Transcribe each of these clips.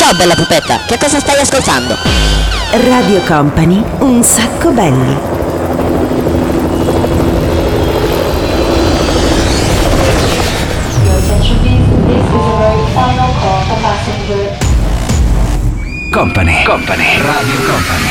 Ciao bella pupetta, che cosa stai ascoltando? Radio Company, un sacco belli. Company, Radio Company.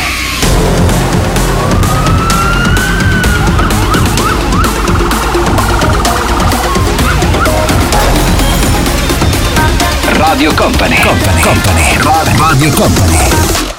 Radio Company. Radio Company.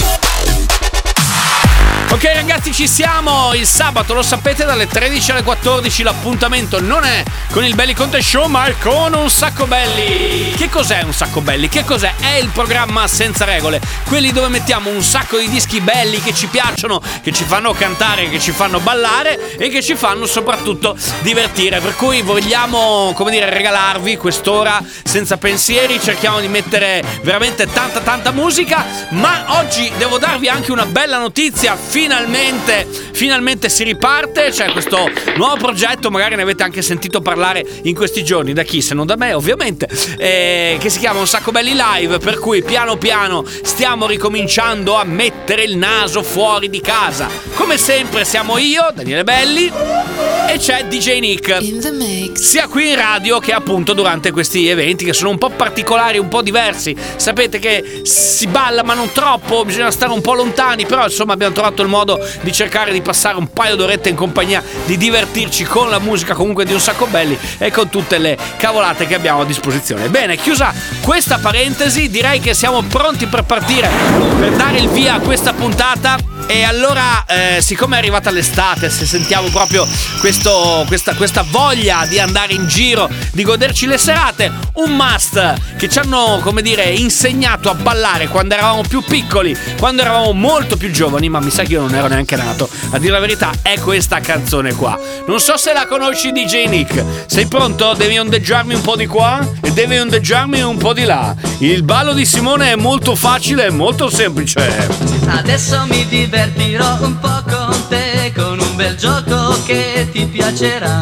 Ok ragazzi, ci siamo il sabato, lo sapete, dalle 13 alle 14 l'appuntamento non è con il Belli Conte Show ma è con Un Sacco Belli. Che cos'è Un Sacco Belli? Che cos'è? È il programma senza regole, quelli dove mettiamo un sacco di dischi belli che ci piacciono, che ci fanno cantare, che ci fanno ballare e che ci fanno soprattutto divertire, per cui vogliamo, come dire, regalarvi quest'ora senza pensieri, cerchiamo di mettere veramente tanta musica, ma oggi devo darvi anche una bella notizia. Finalmente si riparte, c'è questo nuovo progetto, magari ne avete anche sentito parlare in questi giorni, da chi se non da me ovviamente, che si chiama Un Sacco Belli Live, per cui piano piano stiamo ricominciando a mettere il naso fuori di casa. Come sempre siamo io, Daniele Belli, e c'è DJ Nick, sia qui in radio che appunto durante questi eventi che sono un po' particolari, un po' diversi. Sapete che si balla ma non troppo, bisogna stare un po' lontani, però insomma abbiamo trovato il modo di cercare di passare un paio d'orette in compagnia, di divertirci con la musica comunque di Un Sacco Belli e con tutte le cavolate che abbiamo a disposizione. Bene, chiusa questa parentesi, direi che siamo pronti per partire, per dare il via a questa puntata. E allora, siccome è arrivata l'estate, se sentiamo proprio questa voglia di andare in giro, di goderci le serate, un must che ci hanno, come dire, insegnato a ballare quando eravamo più piccoli, quando eravamo molto più giovani, ma mi sa che io non ero neanche nato, a dire la verità, è questa canzone qua. Non so se la conosci, DJ Nick. Sei pronto? Devi ondeggiarmi un po' di qua e devi ondeggiarmi un po' di là. Il ballo di Simone è molto facile e molto semplice. Adesso mi divertirò un po' con te, con un bel gioco che ti piacerà.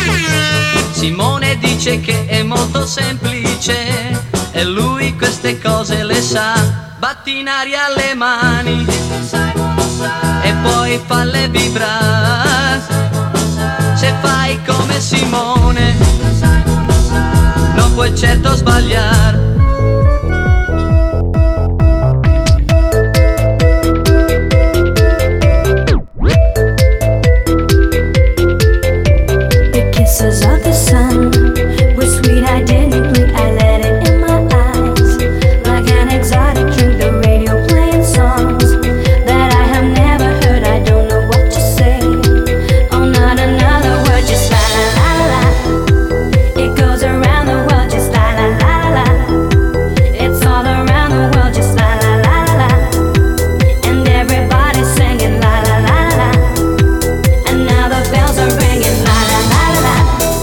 Simone dice che è molto semplice e lui queste cose le sa. Batti in aria le mani e poi falle vibrare. Se fai come Simone non puoi certo sbagliare. Of the sun were sweet, I didn't blink, I let it in my eyes. Like an exotic drink, the radio playing songs that I have never heard, I don't know what to say. Oh, not another word, just la la la la. It goes around the world, just la la la la. It's all around the world, just la la la la. And everybody's singing la la la la. And now the bells are ringing la la la la.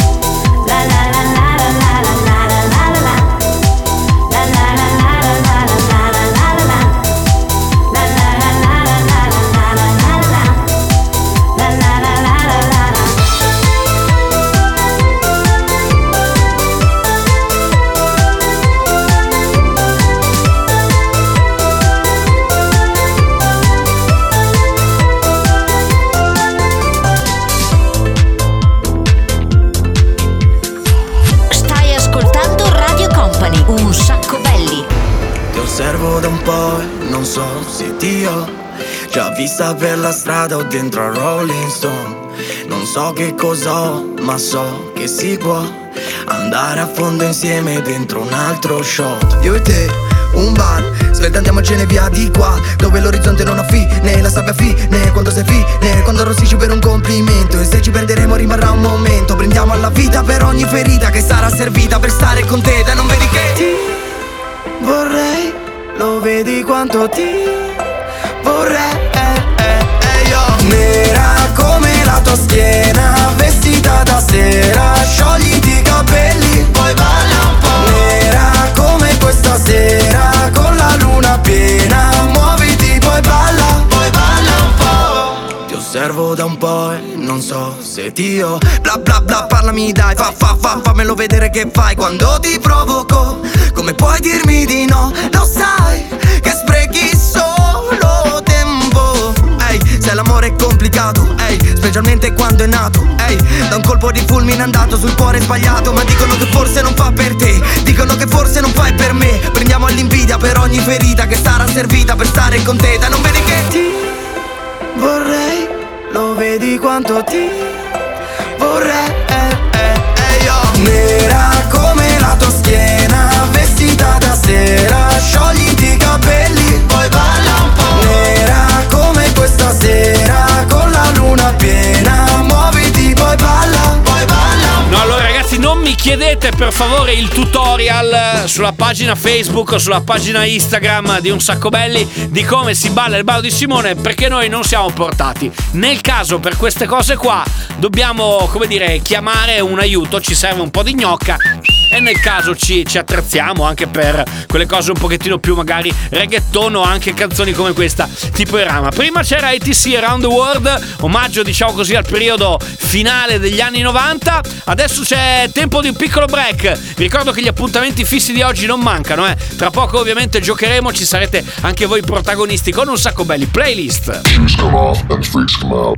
Osservo da un po' e non so se ti ho già vista per la strada o dentro a Rolling Stone. Non so che cos'ho, ma so che si può andare a fondo insieme dentro un altro shot. Io e te, un bar, svelta andiamocene via di qua, dove l'orizzonte non ha fine, la sabbia fine, quando sei fine, quando arrossisci per un complimento. E se ci perderemo rimarrà un momento, prendiamo alla vita per ogni ferita che sarà servita per stare con te. Dai, non vedi che ti vorrei, lo vedi quanto ti vorrei, io. Nera come la tua schiena, vestita da sera, sciogliti i capelli, poi balla un po'. Nera come questa sera, con la luna piena, muoviti, poi balla un po'. Ti osservo da un po' e non so se ti ho. Bla bla bla, parlami dai, fammelo vedere che fai quando ti provoco. Come puoi dirmi di no? Lo sai che sprechi solo tempo. Ehi, se l'amore è complicato, ehi, specialmente quando è nato, ehi, da un colpo di fulmine andato sul cuore sbagliato. Ma dicono che forse non fa per te, dicono che forse non fai per me. Prendiamo all'invidia per ogni ferita che sarà servita per stare con te. Dai, non vedi che ti vorrei, lo vedi quanto ti vorrei, io. Nera come la tua schiena, vestita da sera, sciogliti i capelli, poi balla un po'. Nera come questa sera, con la luna piena, muoviti, poi balla, poi balla. No, allora ragazzi, non mi chiedete per favore il tutorial sulla pagina Facebook o sulla pagina Instagram di Un Sacco Belli di come si balla il ballo di Simone, perché noi non siamo portati. Nel caso per queste cose qua dobbiamo, come dire, chiamare un aiuto, ci serve un po' di gnocca e nel caso ci attrezziamo anche per quelle cose un pochettino più magari reggaeton o anche canzoni come questa tipo Irama. Prima c'era ETC Around the World, omaggio diciamo così al periodo finale degli anni 90. Adesso c'è tempo di un piccolo break. Vi ricordo che gli appuntamenti fissi di oggi non mancano, Tra poco ovviamente giocheremo, ci sarete anche voi protagonisti con Un Sacco Belli playlist. Shoes come off and freaks come out.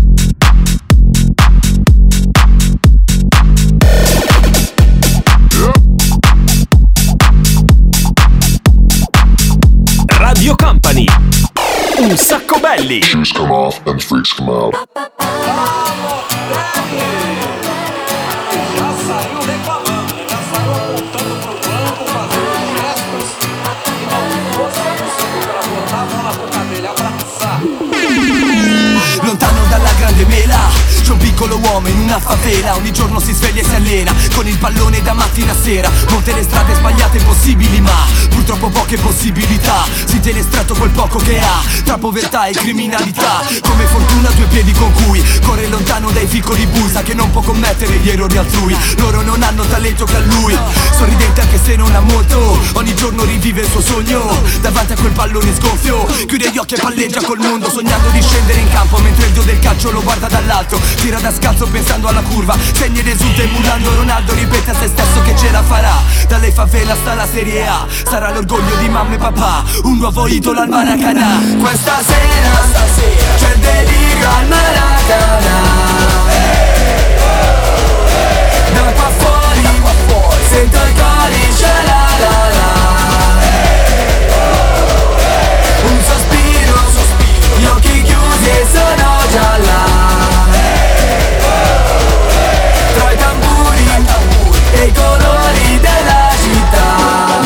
Radio Company. Un Sacco Belli. Shoes come off and freaks come out. Lontano dalla grande mela, c'è un piccolo uomo in una favela. Ogni giorno si sveglia e si allena con il pallone da mattina a sera. Molte le strade sbagliate possibili, ma purtroppo poche possibilità. Si tiene stretto quel poco che ha, tra povertà e criminalità. Come fortuna due piedi con cui corre lontano dai piccoli busa, che non può commettere gli errori altrui. Loro non hanno talento che a lui, sorridente anche se non ha molto. Ogni giorno rivive il suo sogno davanti a quel pallone sgonfio. Chiude gli occhi e palleggia col mondo, sognando di scendere in campo mentre il dio del calcio lo guarda dall'alto. Tira da scalzo pensando alla curva, segna ed esulta emulando Ronaldo. Ripete a se stesso che ce la farà. Dalle favela sta la Serie A, sarà l'orgoglio di mamma e papà, un nuovo idolo al Maracanã. Questa sera c'è il delirio al Maracanã. Da qua fuori sento i cori, c'è la la la. Un sospiro, gli occhi chiusi e sono già là. Tra i tamburi e i colori della città.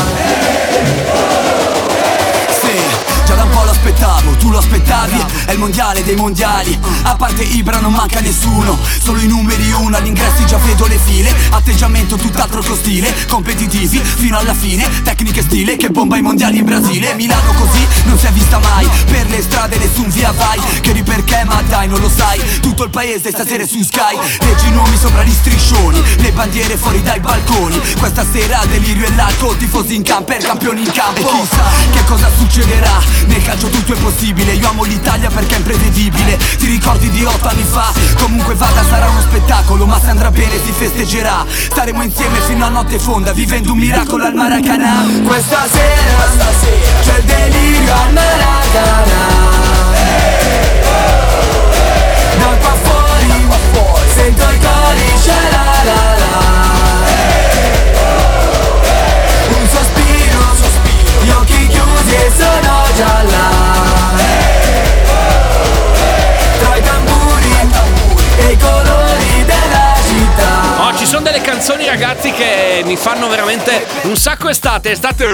Sì, già da un po' lo aspettavo, tu lo aspettavi. È il mondiale dei mondiali, a parte Ibra non manca nessuno. Solo i numeri uno, all'ingresso già vedo le file. Atteggiamento tutt'altro che ostile, competitivi fino alla fine. Tecniche e stile che bomba i mondiali in Brasile. Milano così non si è vista mai, per le strade nessun via vai. Chiedi perché ma dai non lo sai, tutto il paese stasera è su Sky. Leggi i nomi sopra gli striscioni, le bandiere fuori dai balconi. Questa sera delirio e l'alcol, tifosi in camper, campioni in campo. E chissà che cosa succederà, nel calcio tutto è possibile. Io amo l'Italia perché è imprevedibile. Ti ricordi di 8 anni fa? Comunque vada sarà uno spettacolo, ma se andrà bene si festeggerà. Staremo insieme fino a notte fonda, vivendo un miracolo al Maracanã. Questa sera c'è il delirio al Maracanã. Da qua fuori sento i cori, c'è la la la. Un sospiro, gli occhi chiusi e sono già là. Tra i tamburi e i colori della città. Oh, ci sono delle canzoni ragazzi che mi fanno veramente un sacco estate,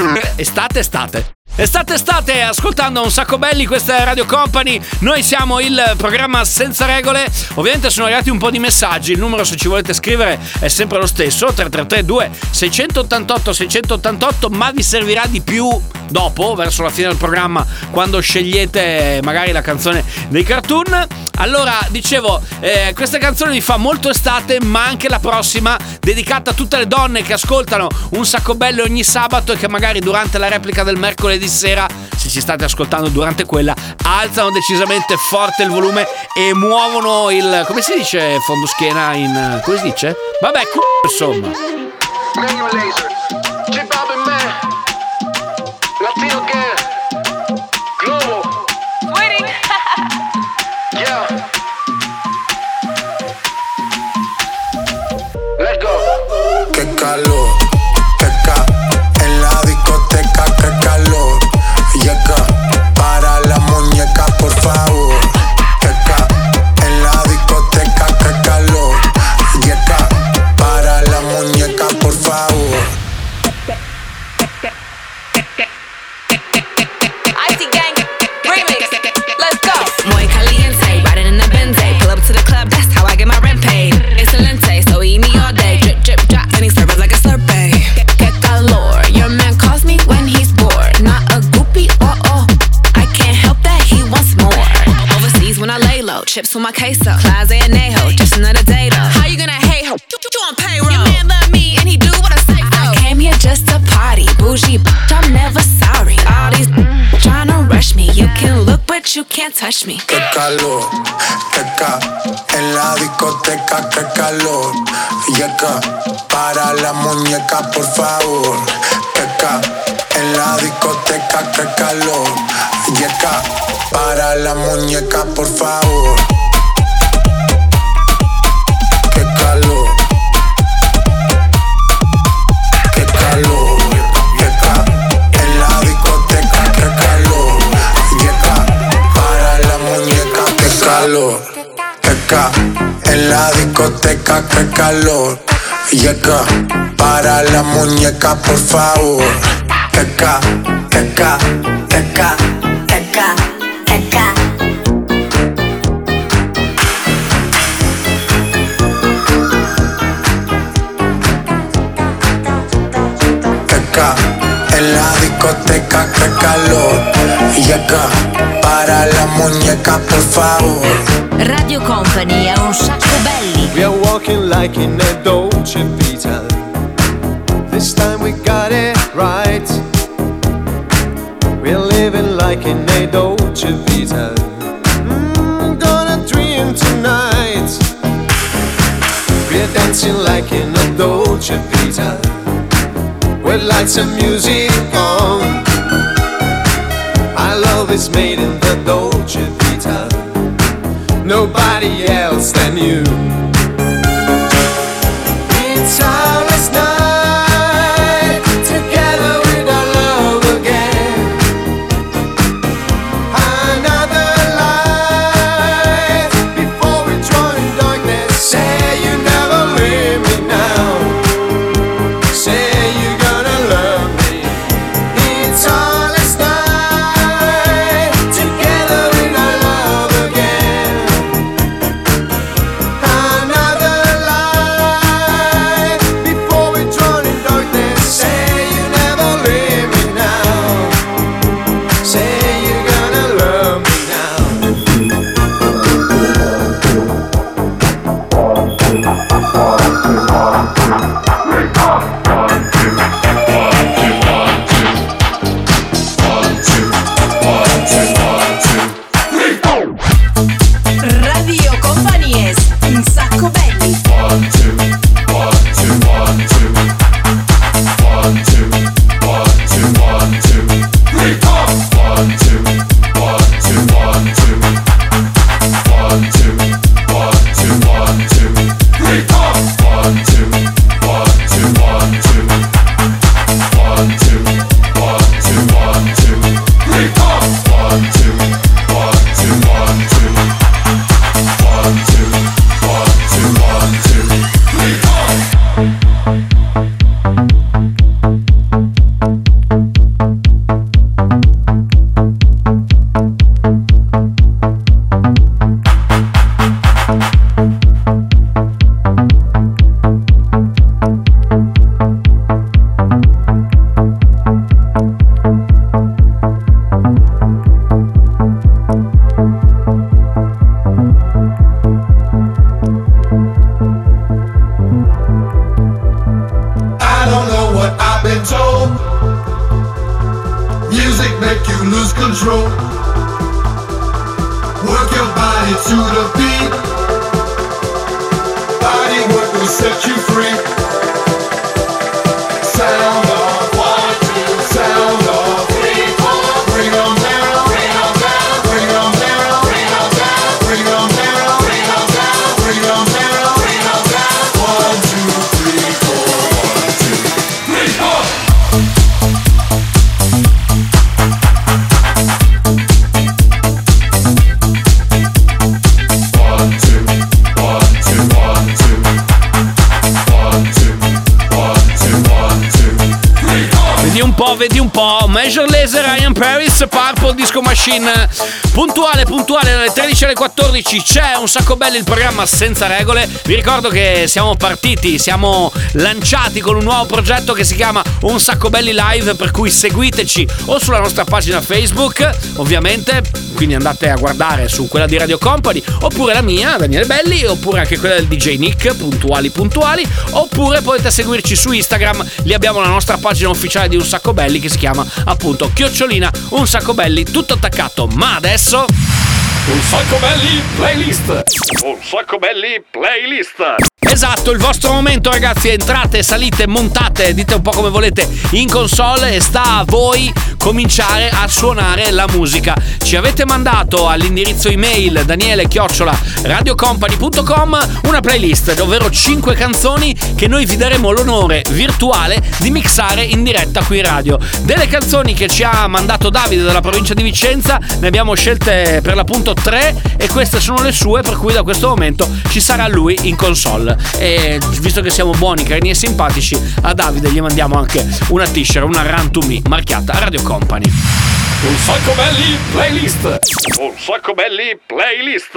ascoltando Un Sacco Belli. Questa è Radio Company, noi siamo il programma senza regole. Ovviamente sono arrivati un po' di messaggi, il numero se ci volete scrivere è sempre lo stesso, 333 2688 688, ma vi servirà di più dopo, verso la fine del programma, quando scegliete magari la canzone dei cartoon. Allora, dicevo, questa canzone vi fa molto estate, ma anche la prossima, dedicata a tutte le donne che ascoltano Un Sacco Belli ogni sabato e che magari durante la replica del mercoledì sera, se ci state ascoltando durante quella, alzano decisamente forte il volume e muovono il, come si dice fondoschiena in, come si dice? Vabbè, insomma. Qué calor, en la discoteca, qué calor. Llega para la muñeca, por favor. En la discoteca, qué calor. Llega para la muñeca, por favor. Icy Gang remix, let's go. Muy caliente, riding in the Bentley. Pull up to the club, that's how I get my rent paid. Excelente, so eat me all day. Drip, drip, drop, and he serve it like a Slurpee. Que calor, your man calls me when he's bored. Not a groupie, oh, I can't help that he wants more. Overseas when I lay low, chips with my queso. Clase and Anejo, just another day though. How you gonna hate ho? You on payroll. Your man love me and he do what I say so. I came here just to party, bougie bitch, I'm never sorry. All these tryna rush me, you can look but you can't touch me. Qué calor, en la discoteca, qué calor. Llega para la muñeca, por favor. En la discoteca, qué calor. Llega para la muñeca, por favor. Qué calor, qué calor. Llega en la discoteca, qué calor. Llega para la muñeca, qué calor. En la discoteca, qué calor. Llega para la muñeca, por favor. En la discoteca, qué calor. Llega para la muñeca, por favor. Radio Company è Un Sacco Belli. We are walking like in a Dolce Vita. This time we got it right. We're living like in a Dolce Vita. Gonna dream tonight. We're dancing like in a Dolce Vita. With lights and music on. Our love is made in the Dolce Vita. Nobody else than you. It's our last night together with our love again. Another life before we drown in darkness. Say you never leave me now. Say you're gonna love me. It's our last night together with our love again. control. Work your body to the beat. Body work will set you free. Sound off, 1, 2, sound off, 3, 4. Bring on down, bring on down, bring on down, bring on down, bring on down, bring on down, bring on down, bring on down. 1, 2, 3, 4, 1, 2, 3, 4. Vedi un po', Major Lazer, Ryan Paris, Purple Disco Machine. Puntuale dalle 13 alle 14 c'è Un Sacco Belli, il programma senza regole. Vi ricordo che siamo lanciati con un nuovo progetto che si chiama Un Sacco Belli Live, per cui seguiteci o sulla nostra pagina Facebook, ovviamente, quindi andate a guardare su quella di Radio Company, oppure la mia, Daniele Belli, oppure anche quella del DJ Nick, puntuali, oppure potete seguirci su Instagram, lì abbiamo la nostra pagina ufficiale di Un Sacco Belli che si chiama appunto @ Un Sacco Belli, tutto attaccato. Ma adesso Un Sacco Belli Playlist. Un Sacco Belli Playlist. esatto, il vostro momento, ragazzi. Entrate, salite, montate, dite un po' come volete in console e sta a voi cominciare a suonare la musica. Ci avete mandato all'indirizzo email daniele@radiocompany.com una playlist, ovvero 5 canzoni che noi vi daremo l'onore virtuale di mixare in diretta qui in radio. Delle canzoni che ci ha mandato Davide dalla provincia di Vicenza, ne abbiamo scelte per l'appunto 3 e queste sono le sue, per cui da questo momento ci sarà lui in console. E visto che siamo buoni, carini e simpatici, a Davide gli mandiamo anche una t-shirt, una Run to Me marchiata Radio Company. Un Sacco Belli Playlist. Un Sacco Belli Playlist.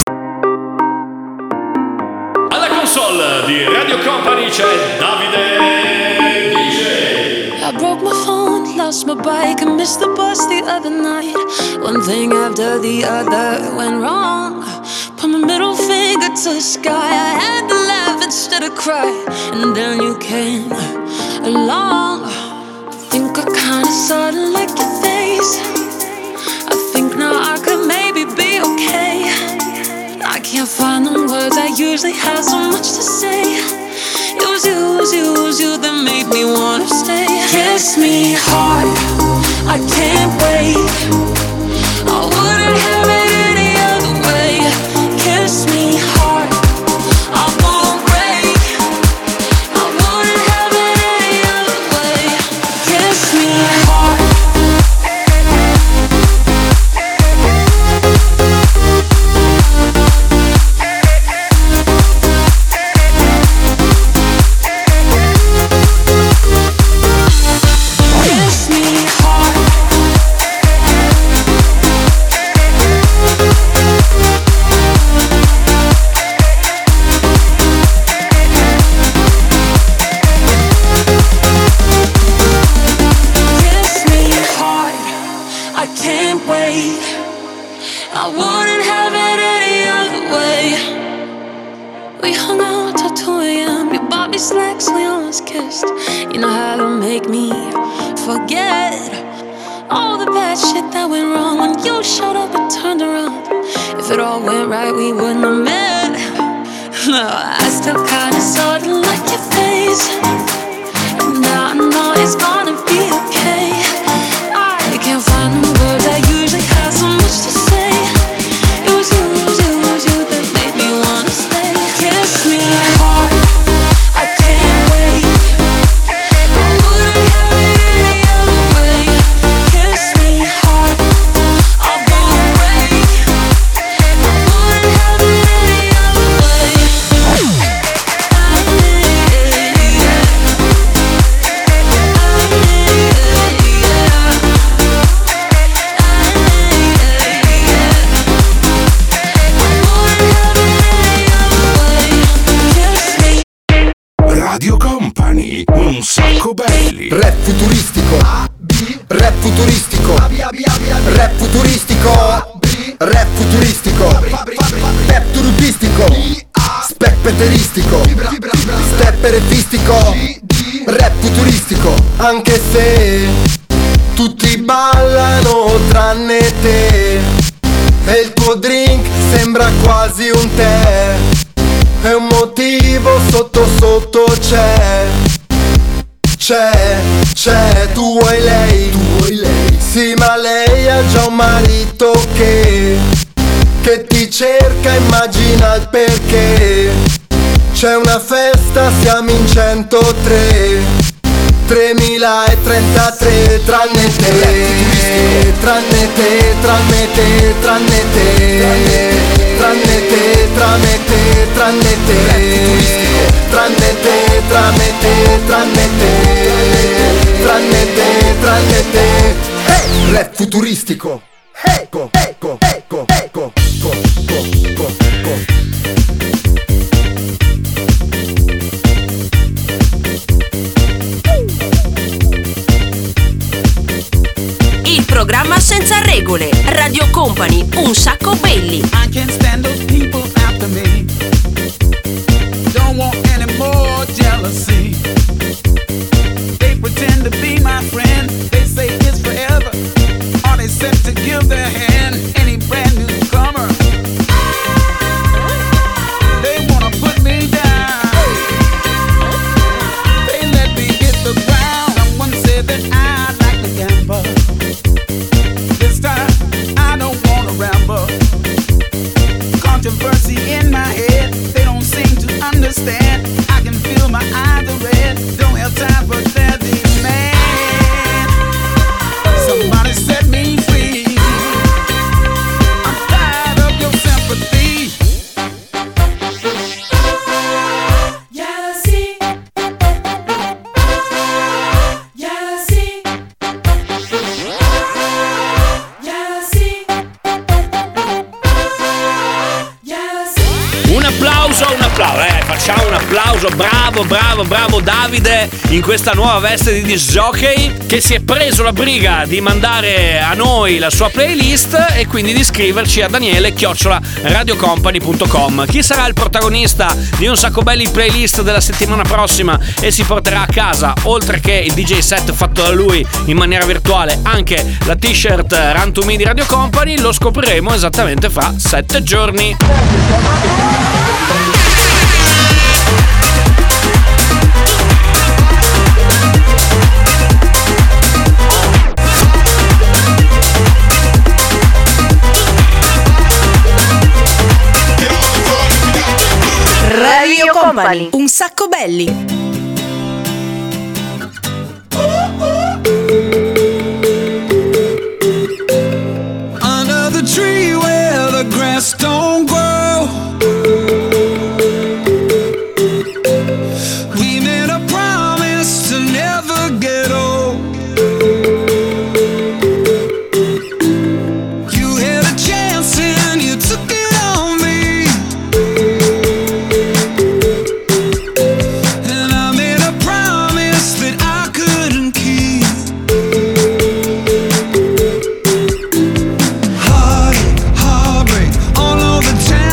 Alla console di Radio Company c'è Davide DJ. I broke my phone, lost my bike, and missed the bus the other night. One thing after the other went wrong. Put my middle finger to the sky. I had to laugh instead of cry. And then you came along. I think I kinda sorta like your face. I think now I could maybe be okay. I can't find the words, I usually have so much to say. It was you that made me wanna stay. Kiss me hard, I can't wait. I wouldn't have it any other way. Kiss me hard, I won't break. I wouldn't have it any other way. Kiss me hard. Rap futuristico, rap futuristico, rap futuristico, rap futuristico, pep turubistico, spec peteristico, step perefistico, rap futuristico, anche se tutti ballano tranne te, e il tuo drink sembra quasi un tè, e un motivo sotto sotto c'è, tu vuoi lei, sì ma lei ha già un marito che ti cerca, immagina il perché. C'è una festa, siamo in 103, 3033, tranne te, tranne te, tranne te, tranne te, tranne te, tranne te, tranne te, tranne te, tranne te, tranne te, tranne te, tranne te. Rap futuristico. Ecco. Il programma senza regole. Radio Company, un sacco belli. I can't stand those people after me. Don't want any more jealousy. They pretend to be my friend. They say it's forever. Are they set to give their hand? Any brand newcomer? They wanna put me down. They let me hit the ground. Someone said that I like to gamble. This time I don't wanna ramble. Controversy in my head. They don't seem to understand. I can feel my eyes are red. Don't have time for their demand. Somebody set me free. I'm tired of your sympathy. Jealousy. Jealousy. Jealousy. Jealousy. Un applauso, facciamo un applauso, bravo Davide, in questa nuova veste di disc jockey, che si è preso la briga di mandare a noi la sua playlist e quindi di scriverci a daniele@radiocompany.com. Chi sarà il protagonista di Un Sacco Belli playlist della settimana prossima e si porterà a casa, oltre che il DJ set fatto da lui in maniera virtuale, anche la t-shirt Run to Me di Radio Company? Lo scopriremo esattamente fra 7 giorni. Radio Company, un sacco belli. Under the tree where the grass don't grow, we made a promise to never get old. You had a chance and you took it on me, and I made a promise that I couldn't keep. Heartache, heartbreak, all of the time.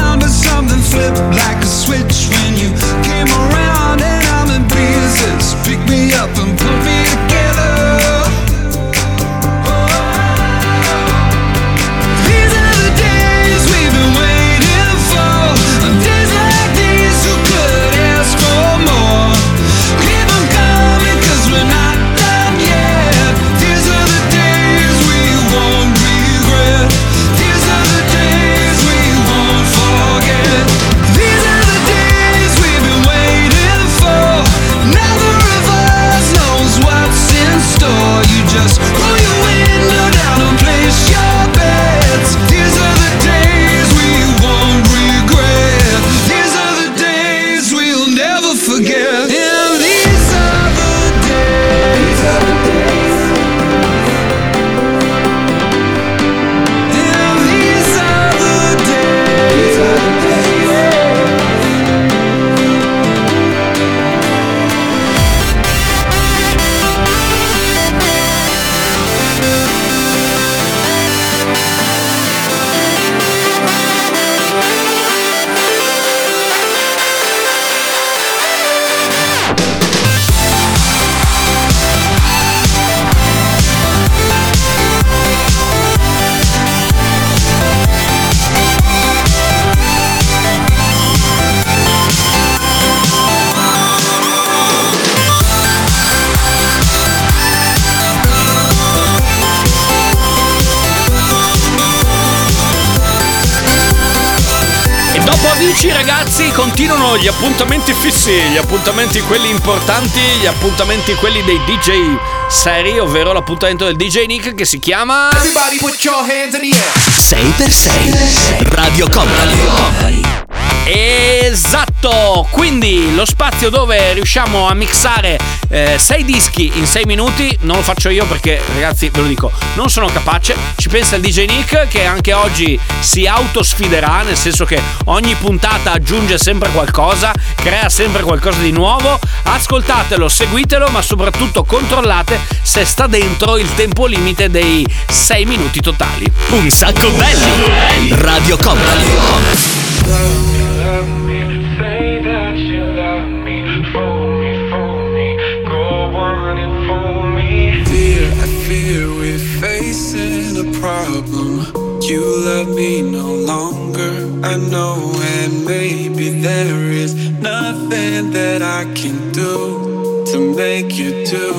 Amici ragazzi, continuano gli appuntamenti fissi, gli appuntamenti quelli importanti, gli appuntamenti quelli dei DJ seri, ovvero l'appuntamento del DJ Nick che si chiama Everybody put your hands in the air. 6x6 Radio Company. Esatto, quindi lo spazio dove riusciamo a mixare 6 dischi in 6 minuti. Non lo faccio io perché, ragazzi, ve lo dico, non sono capace. Ci pensa il DJ Nick, che anche oggi si autosfiderà, nel senso che ogni puntata aggiunge sempre qualcosa, crea sempre qualcosa di nuovo. Ascoltatelo, seguitelo, ma soprattutto controllate se sta dentro il tempo limite dei 6 minuti totali. Un sacco belli. Radio Company. Love me, say that you love me, fool me, go on and fool me. Dear, I fear we're facing a problem. You love me no longer, I know, and maybe there is nothing that I can do to make you do.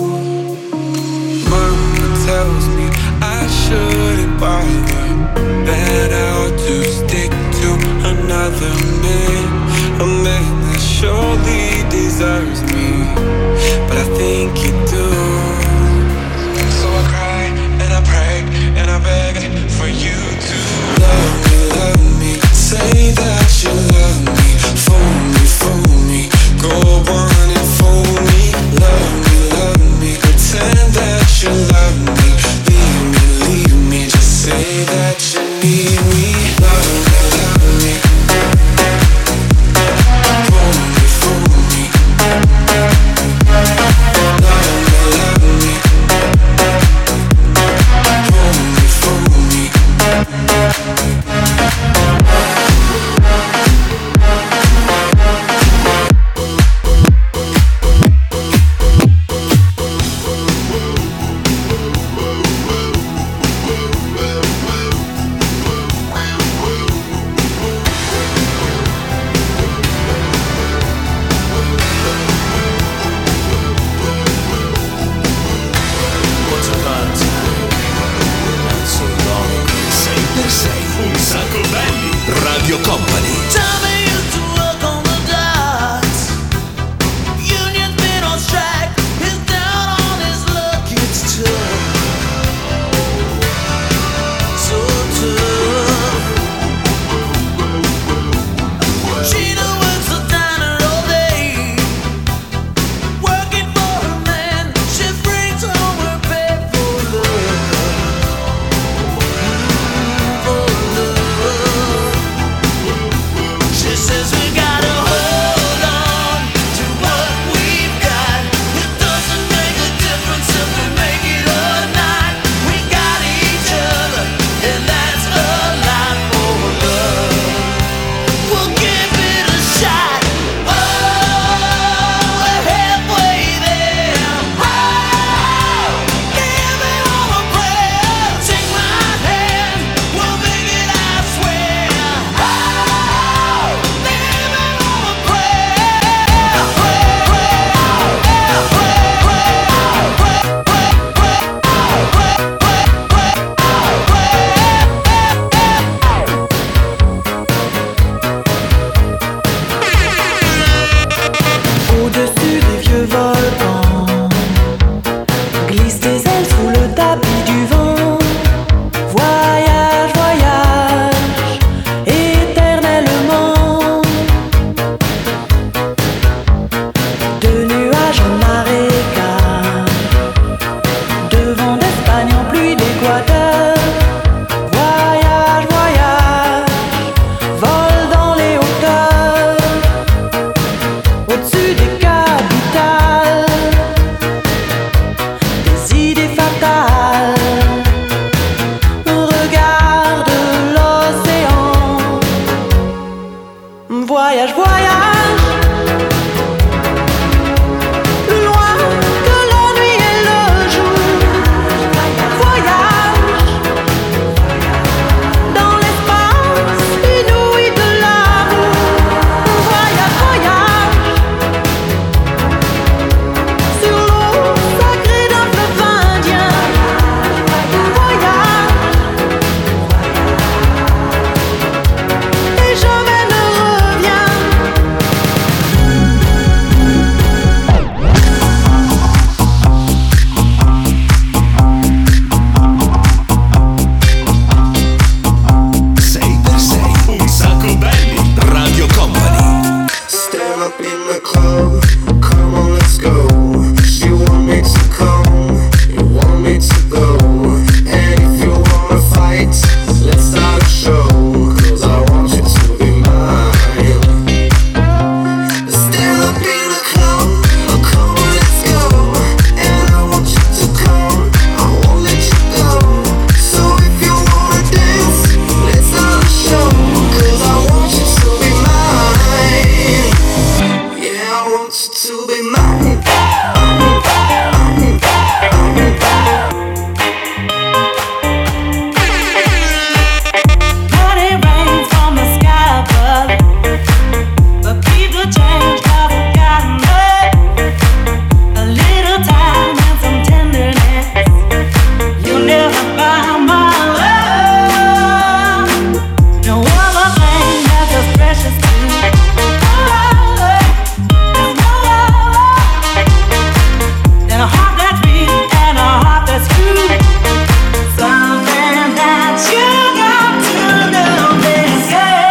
Mama tells me I shouldn't bother, that I ought to stick to another man, a man that surely deserves me, but I think you do. So I cry and I pray and I beg for you to love me, say that you love me, fool me, go on and fool me, love me, pretend that you love me, leave me, just say that you need me, love wants to be mine. Money rains from the sky above, but people change 'cause I've got a little time and some tenderness. You never buy my love. No other thing that's as precious to me. There's no other than a heart that's real and a heart that's true. Something that you got to know, they say.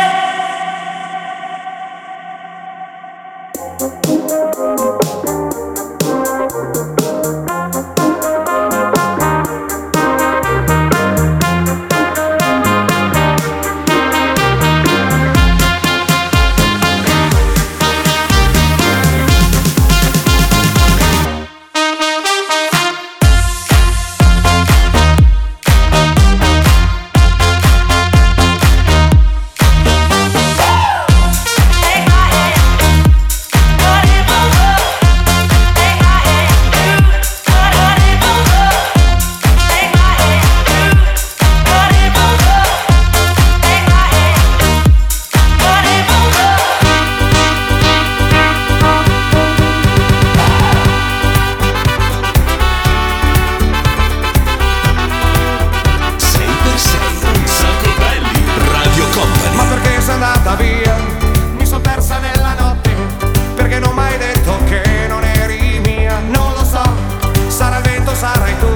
Radio Company. Ma perché sei andata via? Mi son persa nella notte. Perché non m'hai detto che non eri mia? Non lo so, sarà il vento, sarai tu.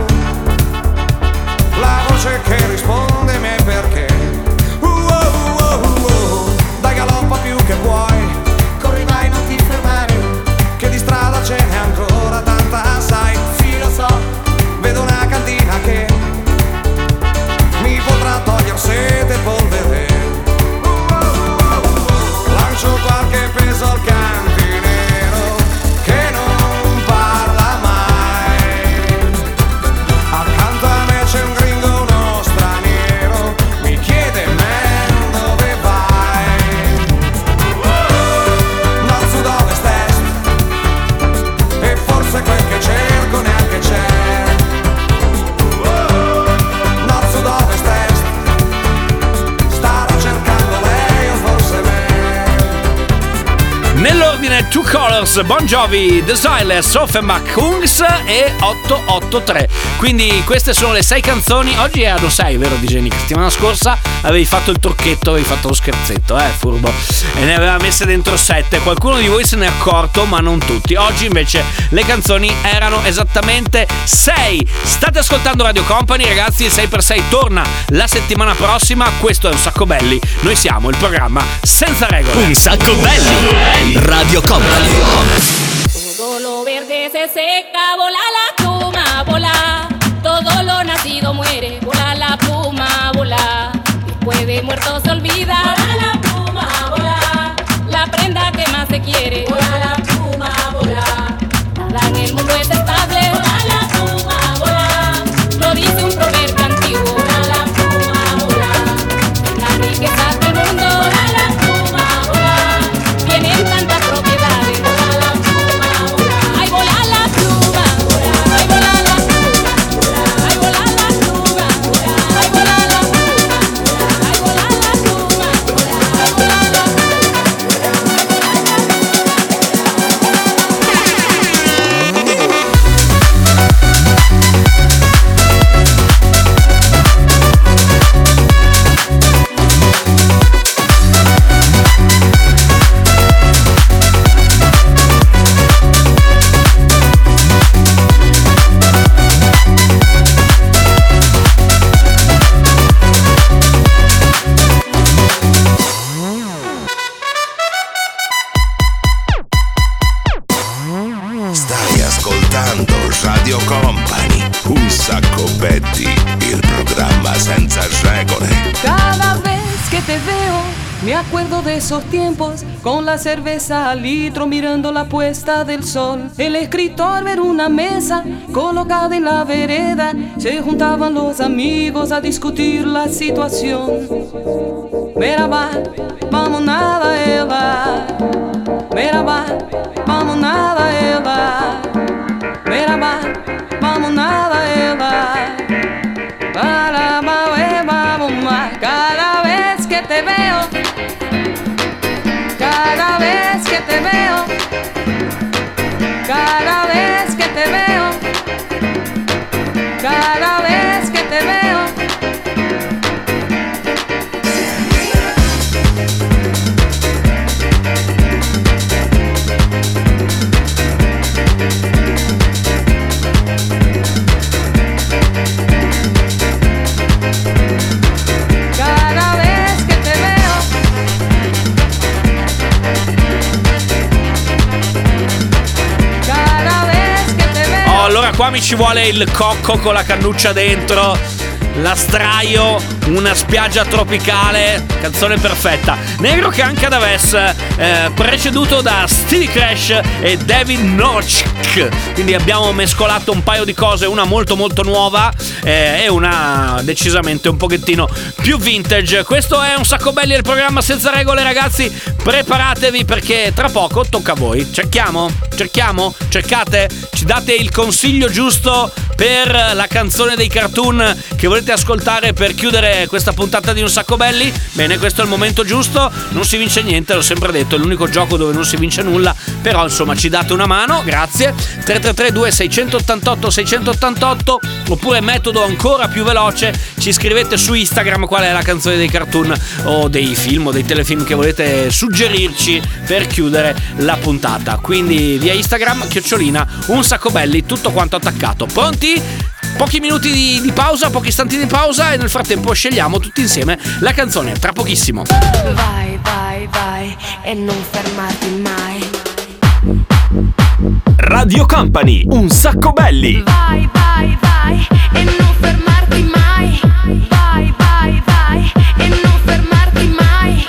La voce che risponde mi è perché. Dai galoppa più che puoi. Corri vai, non ti fermare. Che di strada ce n'è ancora tanta, sai. Sì, lo so, vedo una cantina che mi potrà togliere sete e polvere. Lancio qualche peso al cantinero che non parla mai. Accanto a me c'è un gringo, uno straniero, mi chiede man dove vai. Nord, sud, ovest, est, e forse quel che cerco neanche c'è. Nord, sud, ovest, est, starò cercando lei o forse me. Nell'ordine Two Colors, Bon Jovi, The Silence, Offenbach, Kungs e 883. Quindi queste sono le 6 canzoni. Oggi erano 6, vero DJ Nick? Settimana scorsa avevi fatto il trucchetto, avevi fatto lo scherzetto, furbo. E ne aveva messe dentro 7. Qualcuno di voi se n'è accorto, ma non tutti. Oggi invece le canzoni erano esattamente 6. State ascoltando Radio Company, ragazzi. Il 6x6 torna la settimana prossima. Questo è Un Sacco Belli. Noi siamo il programma senza regole. Un Sacco Belli. Radio Company. Todo lo verde se seca, vola la pluma, vola. Todo lo nacido muere, vola la pluma, vola. Después de muerto se olvida, vola la pluma, vola. La prenda que más se quiere, vola la pluma, vola. Nada en el mundo es estable, vola la pluma, vola. Lo dice un proverbio antiguo, vola la pluma, vola. Las riquezas del mundo, vola la pluma, vola. Tienen tantas propiedades, vola la pluma, vola. Ay, vola la pluma, vola. Ay, vola la pluma, vola. Ay, vola la pluma, vola. Ay, vola la pluma, vola. Ay, vola la pluma, vola. Ay, vola la Stai ascoltando Radio Company, Un Sacco Belli, il programma senza regole. Cada vez que te veo, me acuerdo de esos tiempos, con la cerveza al litro mirando la puesta del sol. El escritor ver una mesa colocada en la vereda, se juntaban los amigos a discutir la situación. Merhaba, vamos nada ela. Mira va, vamos nada ela. Mira va, vamos nada ela. Para vamos más. Cada vez que te veo, cada vez que te veo, cada vez que te veo, cada vez que te veo. Allora qua mi ci vuole il cocco con la cannuccia dentro, l'astraio, una spiaggia tropicale, canzone perfetta. Negro che anche ad Aves, preceduto da Stevie Crash e David Norchk. Quindi abbiamo mescolato un paio di cose, una molto molto nuova e una decisamente un pochettino più vintage. Questo è Un Sacco Belli, il programma senza regole, ragazzi. Preparatevi perché tra poco tocca a voi. Cercate, ci date il consiglio giusto per la canzone dei cartoon che volete ascoltare per chiudere questa puntata di Un Sacco Belli. Bene, questo è il momento giusto. Non si vince niente, l'ho sempre detto, è l'unico gioco dove non si vince nulla, però insomma ci date una mano, grazie. 333 688 688, oppure metodo ancora più veloce, ci scrivete su Instagram qual è la canzone dei cartoon o dei film o dei telefilm che volete suggerirci per chiudere la puntata. Quindi via Instagram @ Un Sacco Belli, tutto quanto attaccato. Pronti? Pochi minuti di pausa, pochi istanti di pausa e nel frattempo scegliamo tutti insieme la canzone, tra pochissimo. Vai, vai, vai e non fermarti mai. Radio Company, Un Sacco Belli. Vai, vai, vai e non fermarti mai. Vai, vai, vai e non fermarti mai.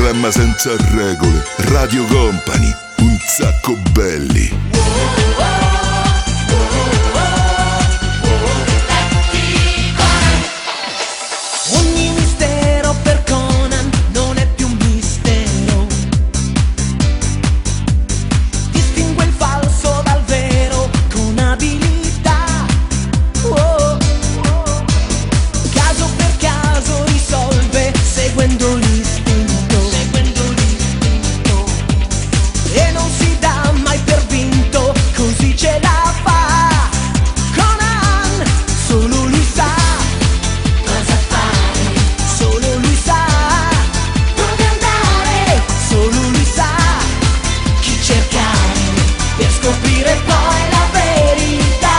programma senza regole. Radio Company, un sacco belli. Ogni mistero per Conan non è più un mistero. Distingue il falso dal vero con abilità. Caso per caso risolve seguendo l'istinto. E non si dà mai per vinto, così ce la fa. Conan, solo lui sa cosa fare, solo lui sa dove andare, solo lui sa chi cercare per scoprire poi la verità.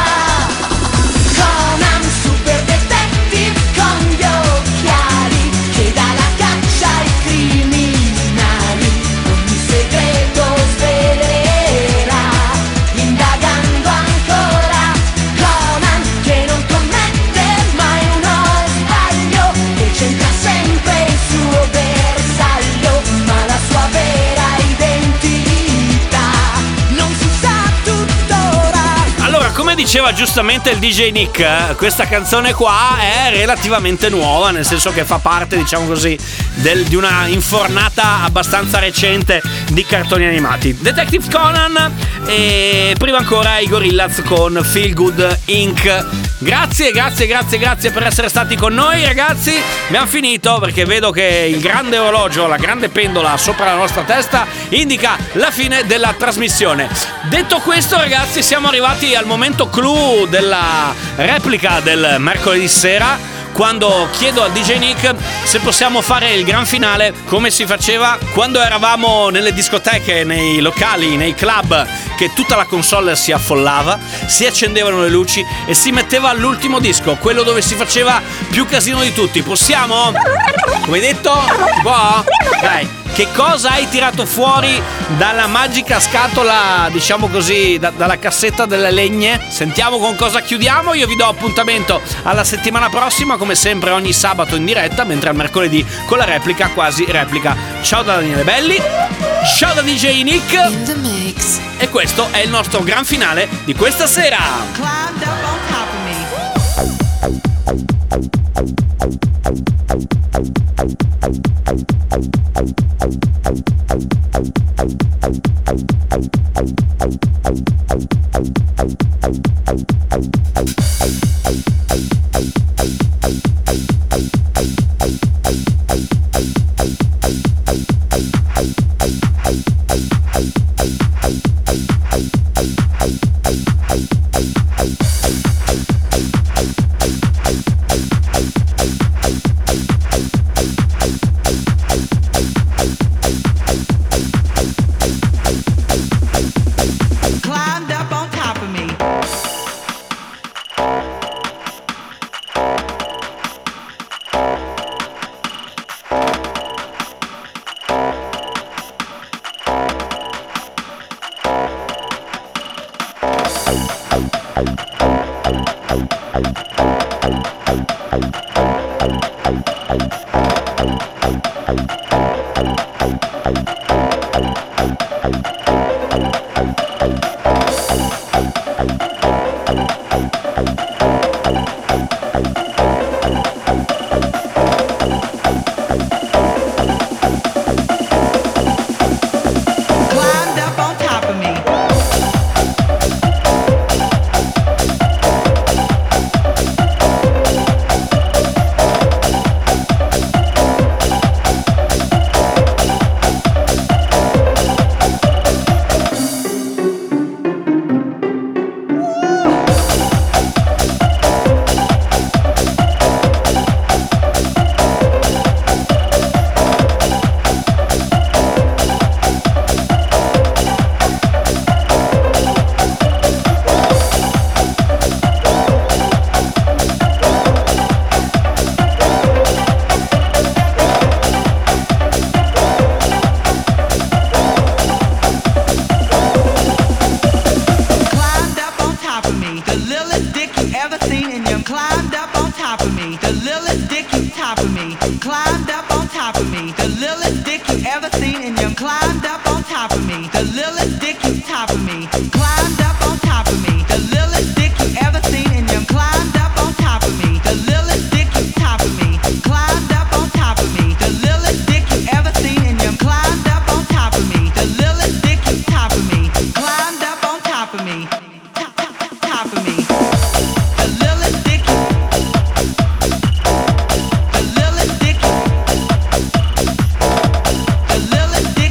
Conan, super detective con gli occhiali, che dà la caccia ai criminali, ogni segreto svelerà, indagando ancora. Conan, che non commette mai uno sbaglio, e c'entra sempre il suo bersaglio, ma la sua vera identità non si sa tuttora. Allora, come diceva giustamente il DJ Nick, questa canzone qua è relativamente nuova, nel senso che fa parte, diciamo così, di una infornata abbastanza recente di cartoni animati. Detective Conan e prima ancora i Gorillaz con Feel Good Inc. Grazie per essere stati con noi, ragazzi. Abbiamo finito perché vedo che il grande orologio, la grande pendola sopra la nostra testa indica la fine della trasmissione. Detto questo, ragazzi, siamo arrivati al momento clou della replica del mercoledì sera, quando chiedo a DJ Nick se possiamo fare il gran finale come si faceva quando eravamo nelle discoteche, nei locali, nei club, che tutta la console si affollava, si accendevano le luci e si metteva l'ultimo disco, quello dove si faceva più casino di tutti. Possiamo? Come detto? Si può? Dai. Che cosa hai tirato fuori dalla magica scatola, diciamo così, dalla cassetta delle legne? Sentiamo con cosa chiudiamo. Io vi do appuntamento alla settimana prossima, come sempre ogni sabato in diretta, mentre al mercoledì con la replica, quasi replica. Ciao da Daniele Belli, ciao da DJ Nick. In the mix. E questo è il nostro gran finale di questa sera. Climbed up on top of me. Climbed up on top of me. Climbed up on top of me. littlest dick you ever seen, and you climbed up on top of me. The littlest dick you top of me, climbed up on top of me. The littlest dick you ever seen, and you climbed up on top of me. The littlest dick you top of me, climbed up on top of me. The littlest dick you ever seen, and you climbed up on top of me. The littlest dick you top of me, climbed up on top of me. Top of me. The littlest dick. The littlest dick. The littlest dick.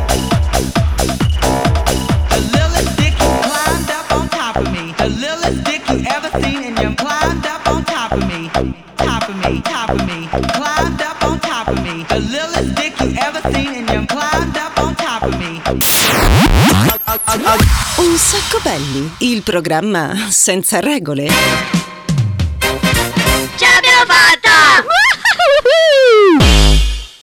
The littlest dick climbed up on top of me. The littlest dick you ever seen, and you climbed up on top of me. Top of me, top of me. Climbed up on top of me. The littlest dick you ever seen, and you climbed up on top of me. Un sacco belli, il programma senza regole.